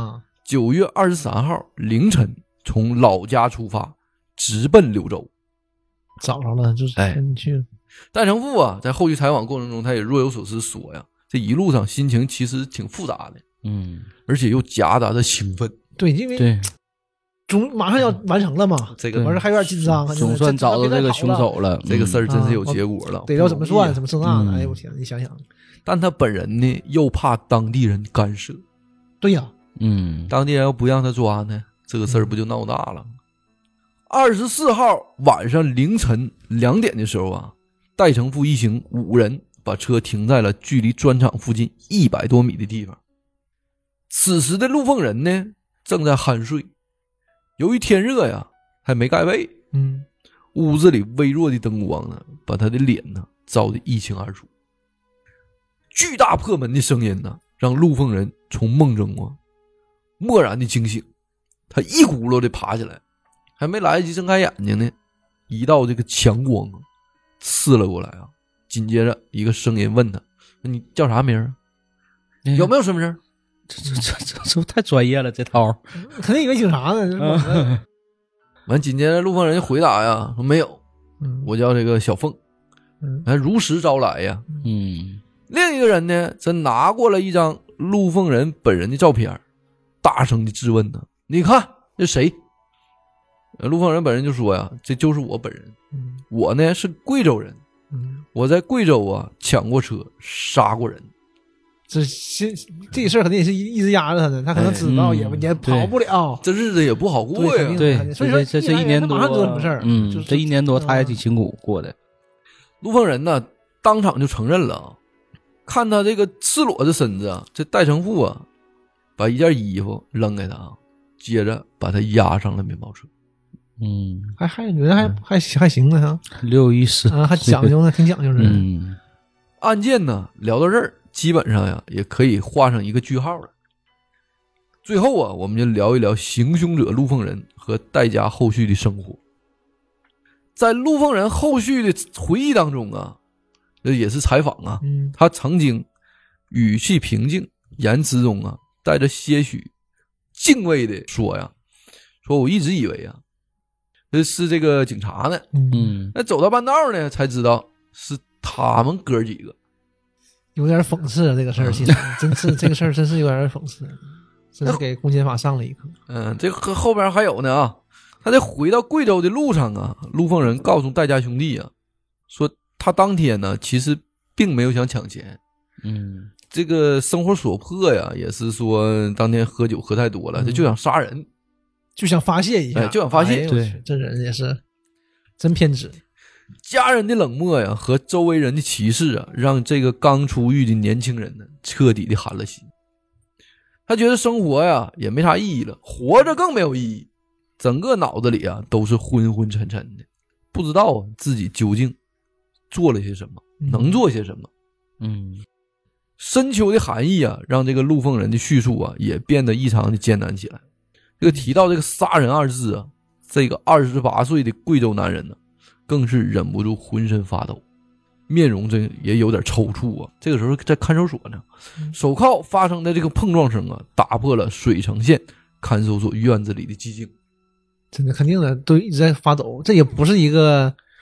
9月23号凌晨从老家出发，直奔柳州。 找着了，就是去了。 戴成富啊，在后续采访过程中，他也若有所思说呀，这一路上心情其实挺复杂的，而且又夹杂着兴奋。 对，因为马上要完成了嘛， 这个完事还有点紧张， 总算找到这个凶手了， 这个事儿真是有结果了， 得要怎么算，怎么这那的，哎呦我天，你想想。 但他本人呢，又怕当地人干涉。 对呀， 当地人要不让他抓呢，这个事儿不就闹大了。24号晚上凌晨2点的时候啊，戴成富一行5人把车停在了距离砖厂附近100多米的地方。此时的陆凤人呢，正在酣睡。由于天热呀，还没盖被，屋子里微弱的灯光呢，把他的脸呢照得一清二楚。巨大破门的声音呢，让陆凤人从梦中蓦然的惊醒。他一骨碌的爬起来，还没来得及睁开眼睛呢，一道这个强光刺了过来啊！紧接着一个声音问他：“你叫啥名啊？有没有身份证？” 这太专业了，这套肯定以为警察呢。 完，紧接着陆凤人回答呀，说没有，我叫这个小凤，还如实招来呀。另一个人呢，则拿过了一张陆凤人本人的照片，大声的质问他：“你看这谁？”陆凤人本人就说呀：“这就是我本人，我呢是贵州人，我在贵州啊抢过车，杀过人。” 这事儿肯定也是一直压着他的，他可能知道也跑不了， 这日子也不好过呀。 对， 所以说这1年多， 马上就什么事儿， 这1年多他也挺辛苦过的。 陆凤人呢，当场就承认了，看他这个赤裸的身子啊，这戴成富啊，把一件衣服扔给他，接着把他押上了面包车。 还觉得还行呢哈， 略有意思啊，还讲究呢，挺讲究的。 案件呢聊到这儿，基本上呀也可以画上一个句号了。最后啊，我们就聊一聊行凶者陆凤人和戴家后续的生活。在陆凤人后续的回忆当中啊，也是采访啊，他曾经语气平静，言辞中啊带着些许敬畏的说呀，说我一直以为啊是这个警察呢，那走到半道呢才知道是他们哥几个。 有点讽刺啊，这个事儿其实真是这个事儿真是有点讽刺，真是给公检法上了一课。 这个后边还有呢啊，他在回到贵州的路上啊，陆凤人告诉戴家兄弟啊，说他当天呢其实并没有想抢钱，这个生活所迫呀，也是说当天喝酒喝太多了，他就想杀人， 就想发泄一下， 就想发泄。 对，这人也是真偏执。 家人的冷漠呀和周围人的歧视啊，让这个刚出狱的年轻人呢彻底的寒了心。他觉得生活呀也没啥意义了，活着更没有意义，整个脑子里啊都是昏昏沉沉的，不知道自己究竟做了些什么，能做些什么。深秋的寒意啊，让这个陆凤人的叙述啊也变得异常的艰难起来。这个提到这个杀人二字啊，这个28岁的贵州男人呢，更是忍不住浑身发抖，面容这也有点抽搐啊。这个时候在看守所呢，手铐发生的这个碰撞声啊，打破了水城县看守所院子里的寂静。 真的肯定的，都一直在发抖，这也不是一个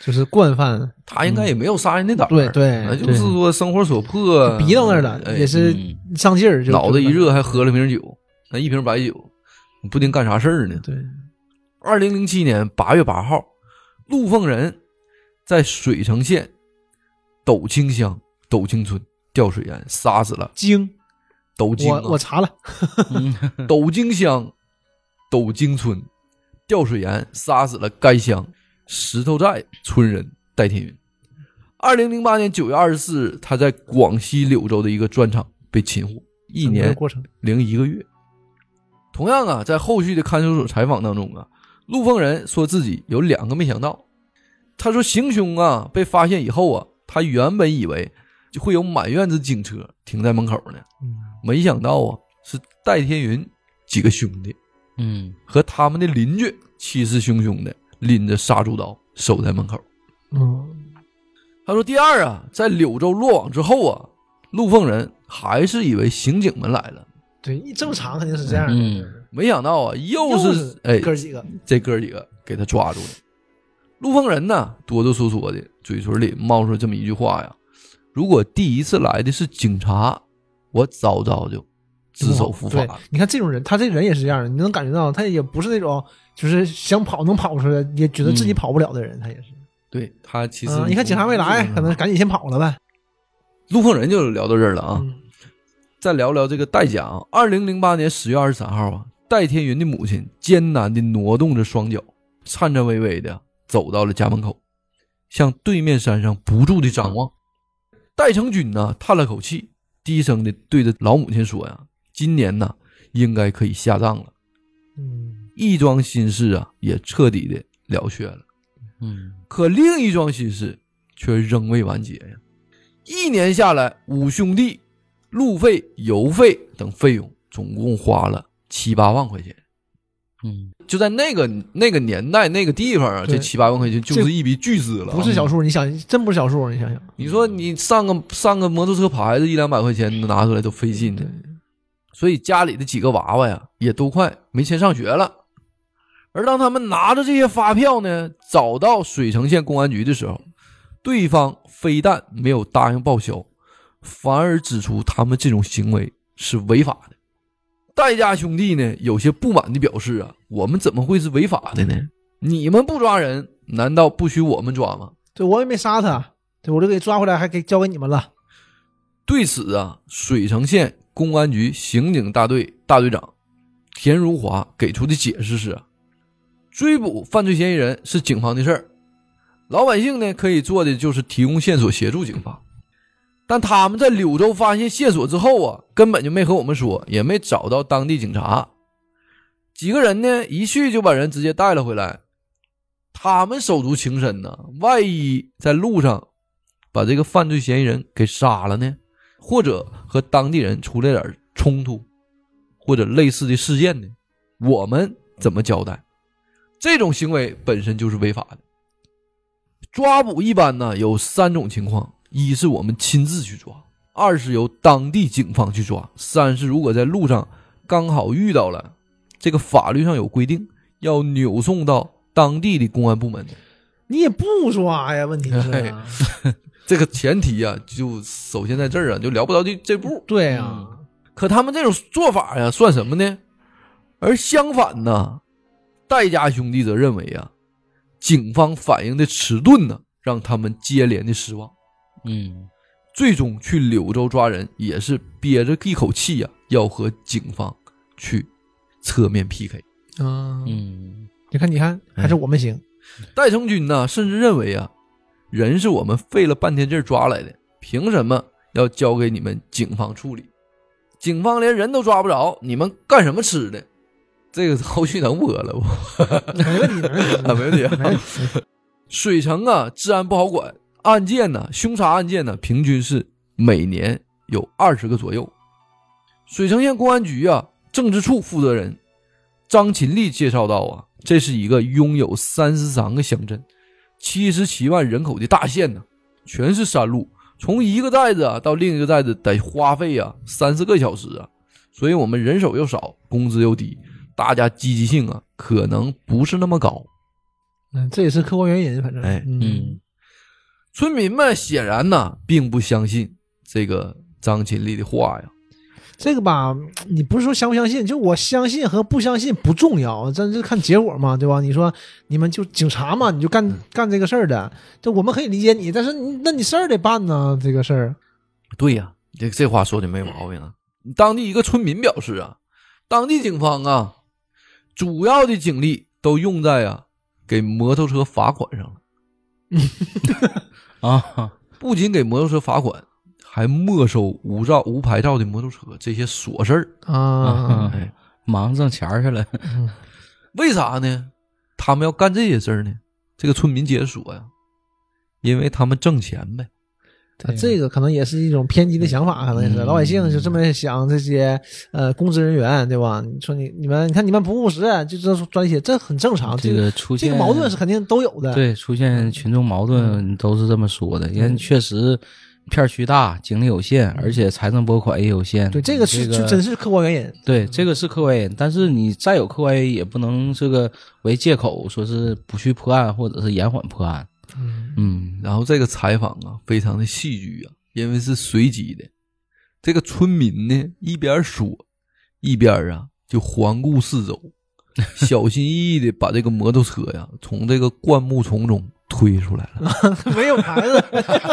就是惯犯， 他应该也没有杀人的胆儿， 对对， 就是说生活所迫， 逼到那儿了，也是上劲儿， 脑子一热还喝了瓶酒，那一瓶白酒，不定干啥事儿呢。 对 ，2007年8月8号，陆凤人在水城县斗清乡斗清村吊水岩杀死了斗京、 我查了斗京乡斗京村吊水岩杀死了该乡石头寨村人戴天云。2008年9月24日，他在广西柳州的一个砖厂被擒获，1年零1个月。同样啊，在后续的看守所采访当中啊，陆凤人说自己有2个没想到。他说行凶啊被发现以后啊，他原本以为就会有满院子警车停在门口呢，没想到啊是戴天云几个兄弟和他们的邻居气势汹汹的拎着杀猪刀守在门口。他说第二啊，在柳州落网之后啊，陆凤人还是以为刑警们来了， 对，正常肯定是这样的， 没想到啊又是这哥几个给他抓住了。陆凤人呢哆哆嗦嗦的嘴唇里冒出这么一句话呀，如果第一次来的是警察，我早就自首伏法。 你看这种人，他这人也是这样的，你能感觉到他也不是那种就是想跑能跑出来也觉得自己跑不了的人，他也是。 对，他其实你看警察没来，可能赶紧先跑了呗。 陆凤人就聊到这儿了啊。再聊聊这个戴家啊。2008年10月23号啊，戴天云的母亲艰难地挪动着双脚，颤颤巍巍的走到了家门口，向对面山上不住地张望。戴成军呢叹了口气，低声地对着老母亲说呀，今年呢应该可以下葬了。一桩心事啊也彻底的了却了。可另一桩心事却仍未完结呀。1年下来，5兄弟路费、油费等费用总共花了7、8万块钱。就在那个年代那个地方啊，这7、8万块钱就是一笔巨资了， 不是小数。你想，真不是小数，你想想， 你说你上个摩托车牌子100-200块钱拿出来都费劲的。所以家里的几个娃娃呀也都快没钱上学了。而当他们拿着这些发票呢找到水城县公安局的时候，对方非但没有答应报销，反而指出他们这种行为是违法的。戴家兄弟呢有些不满地表示啊，我们怎么会是违法的呢？你们不抓人，难道不许我们抓吗？ 对，我也没杀他，对，我就给抓回来还交给你们了。 对此啊，水城县公安局刑警大队大队长田如华给出的解释是啊，追捕犯罪嫌疑人是警方的事儿，老百姓呢可以做的就是提供线索协助警方。但他们在柳州发现线索之后啊，根本就没和我们说，也没找到当地警察。几个人呢一去就把人直接带了回来。他们手足情深呢，万一在路上把这个犯罪嫌疑人给杀了呢，或者和当地人出来点冲突或者类似的事件呢，我们怎么交代？这种行为本身就是违法的。抓捕一般呢有3种情况，一是我们亲自去抓，二是由当地警方去抓，三是如果在路上刚好遇到了，这个法律上有规定要扭送到当地的公安部门。 你也不抓呀，问题是这个前提啊，就首先在这儿啊，就聊不到这步。 对啊， 可他们这种做法呀，算什么呢？而相反呢，戴家兄弟则认为啊，警方反应的迟钝呢，让他们接连的失望。最终去柳州抓人也是憋着一口气啊，要和警方去侧面 PK。 你看，还是我们行。 戴成军呢，甚至认为啊，人是我们费了半天劲抓来的，凭什么要交给你们警方处理？警方连人都抓不着，你们干什么吃的？这个后续能播了不？ 没问题， 没问题。水城啊，治安不好管，案件呢，凶杀案件呢，平均是每年有20个左右。水城县公安局啊，政治处负责人张勤利介绍到啊，这是一个拥有33个乡镇、77万人口的大县呢，全是山路，从一个寨子啊到另一个寨子得花费啊3-4个小时啊，所以我们人手又少，工资又低，大家积极性啊可能不是那么高。 这也是客观原因，反正村民们显然呢并不相信这个张钦力的话呀。 这个吧，你不是说相不相信，就我相信和不相信不重要，真是看结果嘛，对吧？你说你们就警察嘛，你就干这个事儿的，这我们可以理解你，但是那你事儿得办呢，这个事儿。 对呀，这话说的没毛病啊。当地一个村民表示啊，当地警方啊，主要的精力都用在啊给摩托车罚款上了。不仅给摩托车罚款，还没收无牌照的摩托车，这些琐事儿忙挣钱去了。 为啥呢？他们要干这些事儿呢？这个村民解说呀，因为他们挣钱呗。 这个可能也是一种偏激的想法，可能是老百姓就这么想，这些公职人员，对吧？你说你们看你们不务实，就赚些，这很正常。 这个出现这个矛盾是肯定都有的。 对，出现群众矛盾都是这么说的，因为确实片区大，精力有限，而且财政拨款也有限。 对，这个是就真是客观原因。 对，这个是客观原因，但是你再有客观原因，也不能这个为借口说是不去破案或者是延缓破案。 然后这个采访啊，非常的戏剧啊，因为是随机的。这个村民呢，一边说，一边啊就环顾四周，小心翼翼的把这个摩托车呀从这个灌木丛中推出来了。 没有牌子。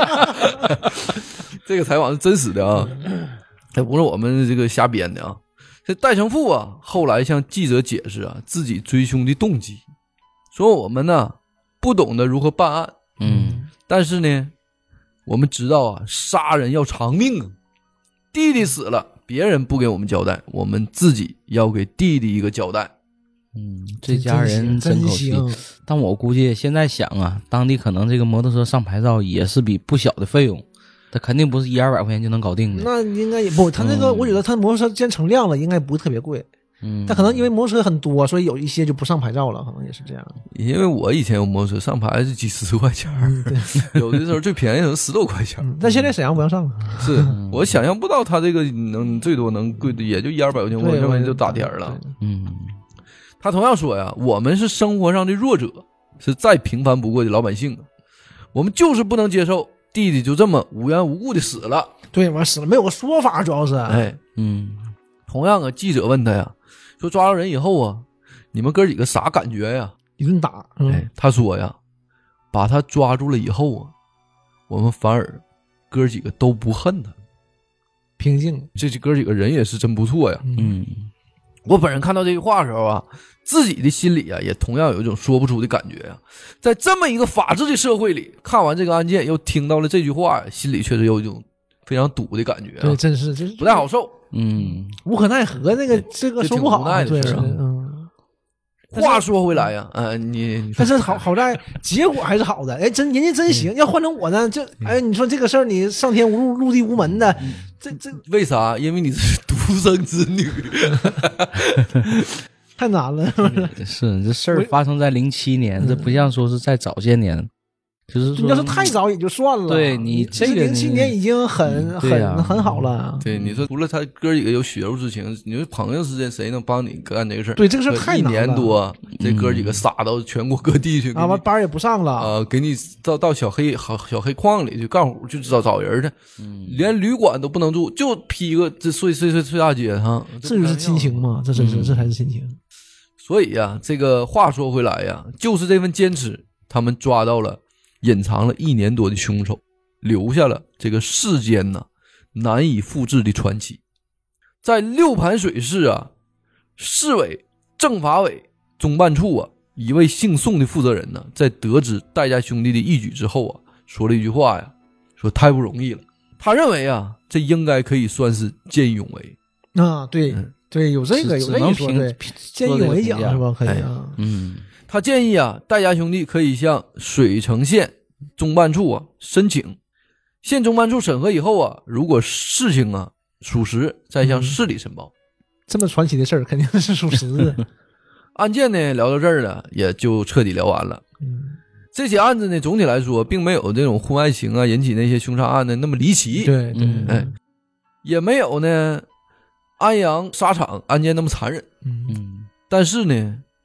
这个采访是真实的啊，这不是我们这个瞎编的啊。这戴成富啊，后来向记者解释啊自己追凶的动机，说我们呢不懂得如何办案，但是呢，我们知道啊，杀人要偿命啊。弟弟死了，别人不给我们交代，我们自己要给弟弟一个交代。 这家人真口气。但我估计现在想啊，当地可能这个摩托车上牌照也是笔不小的费用，他肯定不是100-200块钱就能搞定的。 那应该也不，他那个我觉得他摩托车既然成量了，应该不会特别贵。但可能因为摩托车很多，所以有一些就不上牌照了，可能也是这样。 因为我以前有摩托车，上牌是几十块钱，有的时候最便宜的10多块钱。 但现在沈阳不让上了。 是我想象不到他这个最多能贵的也就100-200块钱，我认为就打点了。他同样说呀，我们是生活上的弱者，是再平凡不过的老百姓，我们就是不能接受弟弟就这么无缘无故的死了。 对，完死了没有个说法，主要是。 同样啊，记者问他呀，说抓到人以后啊，你们哥几个啥感觉呀？ 一顿打。 他说呀，把他抓住了以后啊，我们反而哥几个都不恨他， 平静。 这哥几个人也是真不错呀。我本人看到这句话的时候啊，自己的心里啊也同样有一种说不出的感觉啊。在这么一个法治的社会里，看完这个案件又听到了这句话，心里确实有一种非常堵的感觉啊。 对，真是就是不太好受。 无可奈何，这个说不好。对， 话说回来呀， 但是好在结果还是好的。人家真行。要换成我呢，你说这个事儿，你上天无路，入地无门的，这为啥？因为你是独生子女， 太难了。 是这事儿发生在07年，这不像说是在早些年。就是说， 你要是太早也就算了。 对，你这个 07年已经很好了。 对，你说除了他哥几个有血肉之情，你说朋友之间谁能帮你干这个事儿？ 对，这个事儿太难了。 1年多，这哥几个撒到全国各地去完班也不上了给你到小黑矿里去干活，去找人去，连旅馆都不能住，就披个这睡大街上。 这就是亲情嘛，这才是亲情。 所以呀，这个话说回来呀，就是这份坚持，他们抓到了隐藏了1年多的凶手，留下了这个世间呢难以复制的传奇。在六盘水市啊，市委政法委中办处啊，一位姓宋的负责人呢，在得知戴家兄弟的一举之后啊，说了一句话呀，说太不容易了。他认为啊，这应该可以算是见义勇为啊。对，有这个一说，对，见义勇为奖是吧？可以啊。 他建议啊，戴家兄弟可以向水城县中办处啊申请，县中办处审核以后啊，如果事情啊属实，再向市里申报。 这么传奇的事儿肯定是属实的。 案件呢聊到这儿了，也就彻底聊完了。这起案子呢，总体来说并没有这种婚外情啊引起那些凶杀案的那么离奇。 对， 也没有呢安阳沙场案件那么残忍。但是呢，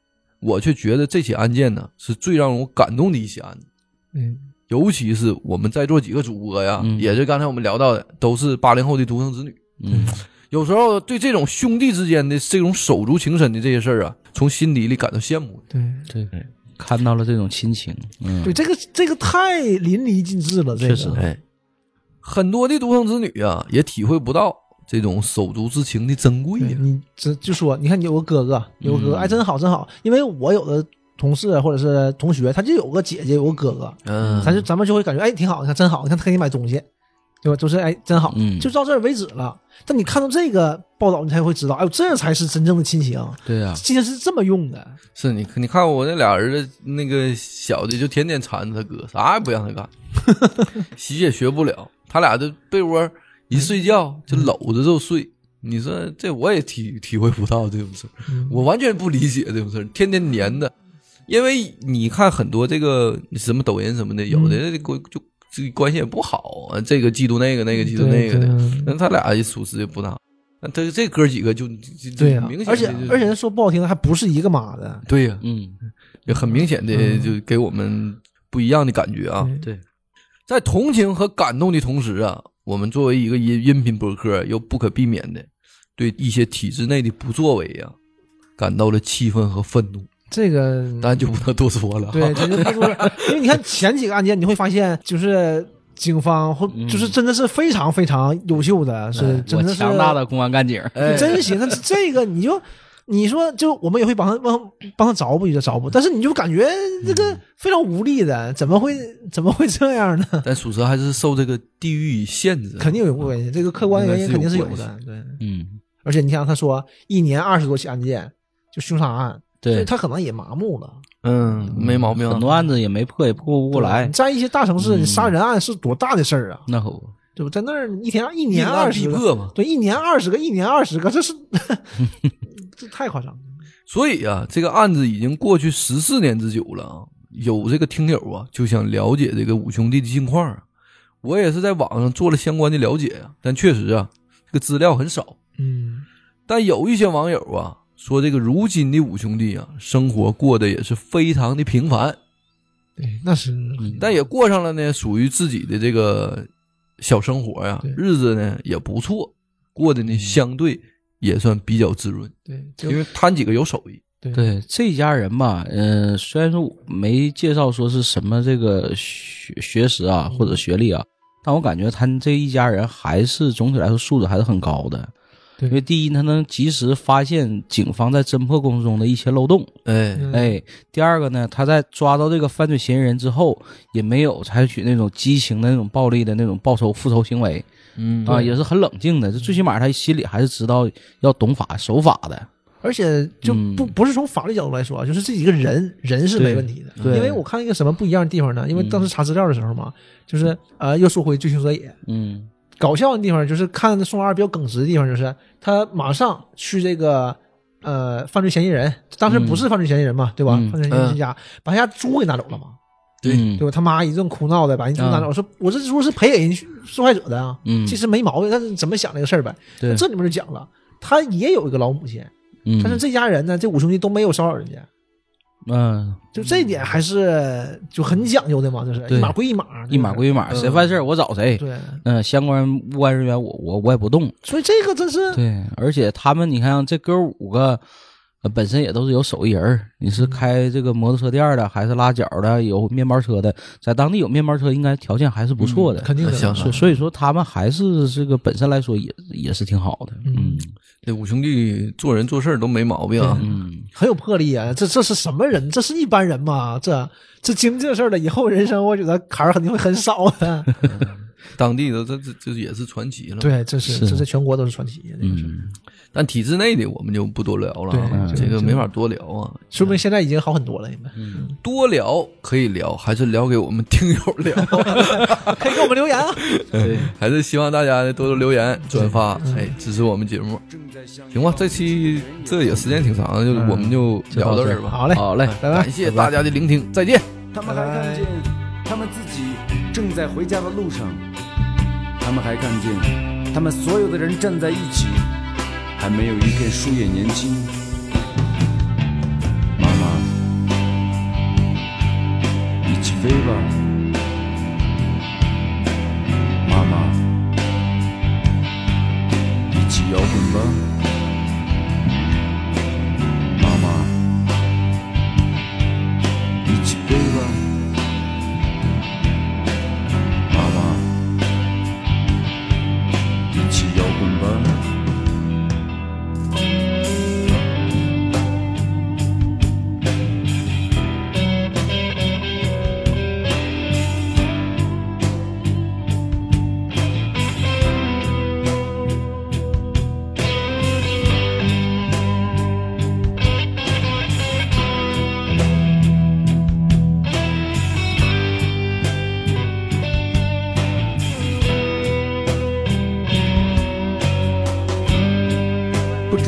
我却觉得这起案件呢是最让我感动的一起案子。尤其是我们在座几个主播呀，也是刚才我们聊到的，都是80后的独生子女。有时候对这种兄弟之间的这种手足情深的这些事儿啊，从心底里感到羡慕。 对，看到了这种亲情。 对，这个太淋漓尽致了。这个、 确实， 很多的独生子女啊，也体会不到这种手足之情的珍贵呀。 你就说，你看你有个哥哥，哎，真好真好。因为我有的同事或者是同学，他就有个姐姐，有个哥哥，咱们就会感觉哎挺好，你看真好，你看他给你买东西。对吧？就是哎，真好，就到这儿为止了。但你看到这个报道，你才会知道，哎呦，这才是真正的亲情。 对呀， 亲情是这么用的。 是你看我那俩儿子，那个小的就天天缠着他哥，啥也不让他干，习也学不了。他俩这被窝一睡觉就搂着就睡。你说这我也体会不到这种事，我完全不理解这种事，天天黏的。因为你看很多这个什么抖音什么的，有的就。这关系也不好啊，这个嫉妒那个，那个嫉妒那个的，那他俩一属实也不大。那他这哥几个就对呀， 明显而且说不好听的，还不是一个妈的。 对呀，也很明显的就给我们不一样的感觉啊。 对， 在同情和感动的同时啊，我们作为一个音频播客，又不可避免的对一些体制内的不作为啊，感到了气愤和愤怒。 这个咱就不能多说了。 对，这就不说了，因为你看前几个案件，你会发现就是警方或就是真的是非常非常优秀的，是真的是强大的公安干警， 真行。但是这个你说就我们也会帮他找补一个找补，但是你就感觉这个非常无力的，怎么会这样呢？ 但属实还是受这个地域限制， 肯定有关系，这个客观原因肯定是有的。对，而且你像他说1年20多起案件，就凶杀案。对，他可能也麻木了， 没毛病， 很多案子也没破，也破不过来。 在一些大城市，你杀人案是多大的事儿啊？ 那可不，对吧？在那儿一年20个嘛， 对，1年20个，1年20个，这是这太夸张了。 所以啊，这个案子已经过去14年之久了。有这个听友啊，就想了解这个五兄弟的近况，我也是在网上做了相关的了解啊，但确实啊，这个资料很少。但有一些网友啊。说这个如今的五兄弟啊，生活过得也是非常的平凡， 对，那是， 但也过上了呢属于自己的这个小生活呀，日子呢也不错，过得呢相对也算比较滋润。 对， 因为他几个有手艺。 对，这家人吧，虽然说没介绍说是什么这个学识啊或者学历啊，但我感觉他这一家人还是总体来说素质还是很高的。因为第一，他能及时发现警方在侦破过程中的一些漏洞。第二个呢，他在抓到这个犯罪嫌疑人之后，也没有采取那种激情的那种暴力的那种复仇行为。也是很冷静的。这最起码他心里还是知道要懂法守法的。 而且就不是从法律角度来说，就是这几个人是没问题的。因为我看一个什么不一样的地方呢？因为当时查资料的时候嘛，就是又说回追凶者也。搞笑的地方就是看宋二比较耿直的地方，就是他马上去这个犯罪嫌疑人，当时不是犯罪嫌疑人嘛，对吧？犯罪嫌疑人家把他家猪给拿走了嘛，对吧？他妈一顿哭闹的把人猪拿走，说我这猪是赔给人受害者的啊，其实没毛病，但是怎么想这个事儿呗？这里面就讲了，他也有一个老母亲，但是这家人呢，这五兄弟都没有骚扰人家。就这一点还是就很讲究的嘛，就是一码归一码， 一码归一码，谁犯事我找谁。 对， 相关物关人员我也不动。 所以这个真是对，而且他们你看这哥5个本身也都是有手艺人，你是开这个摩托车店的，还是拉脚的，有面包车的，在当地有面包车，应该条件还是不错的， 肯定的。 所以说他们还是这个本身来说也是挺好的。 这五兄弟做人做事都没毛病啊， 很有魄力啊！这是什么人？这是一般人吗？这经这事儿了以后，人生我觉得坎儿肯定会很少的。 当地的这也是传奇了。 对，这在全国都是传奇。 但体制内的我们就不多聊了，这个没法多聊啊。 说明现在已经好很多了，你们。 多聊可以聊，还是聊给我们听友聊， 可以给我们留言啊。 对，还是希望大家多多留言、转发，支持我们节目。行吧，这期这也时间挺长的，我们就聊到这儿吧。 好嘞，拜拜， 感谢大家的聆听，再见。 他们还看见他们自己正在回家的路上，他们还看见他们所有的人站在一起，还没有一片树叶年轻。妈妈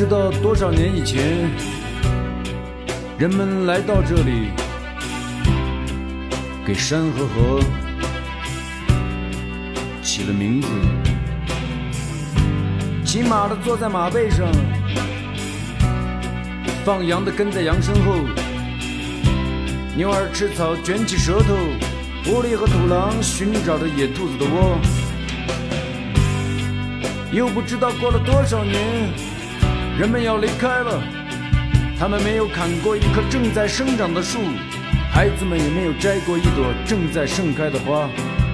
道多少年以前，人们来到这里，给山和河起了名字，骑马的坐在马背上，放羊的跟在羊身后，牛儿吃草卷起舌头，狐狸和土狼寻找着野兔子的窝。又不知道过了多少年，人们要离开了，他们没有砍过一棵正在生长的树，孩子们也没有摘过一朵正在盛开的花。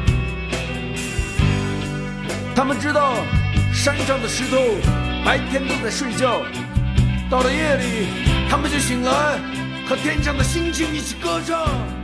他们知道山上的石头白天都在睡觉，到了夜里他们就醒来，和天上的星星一起歌唱。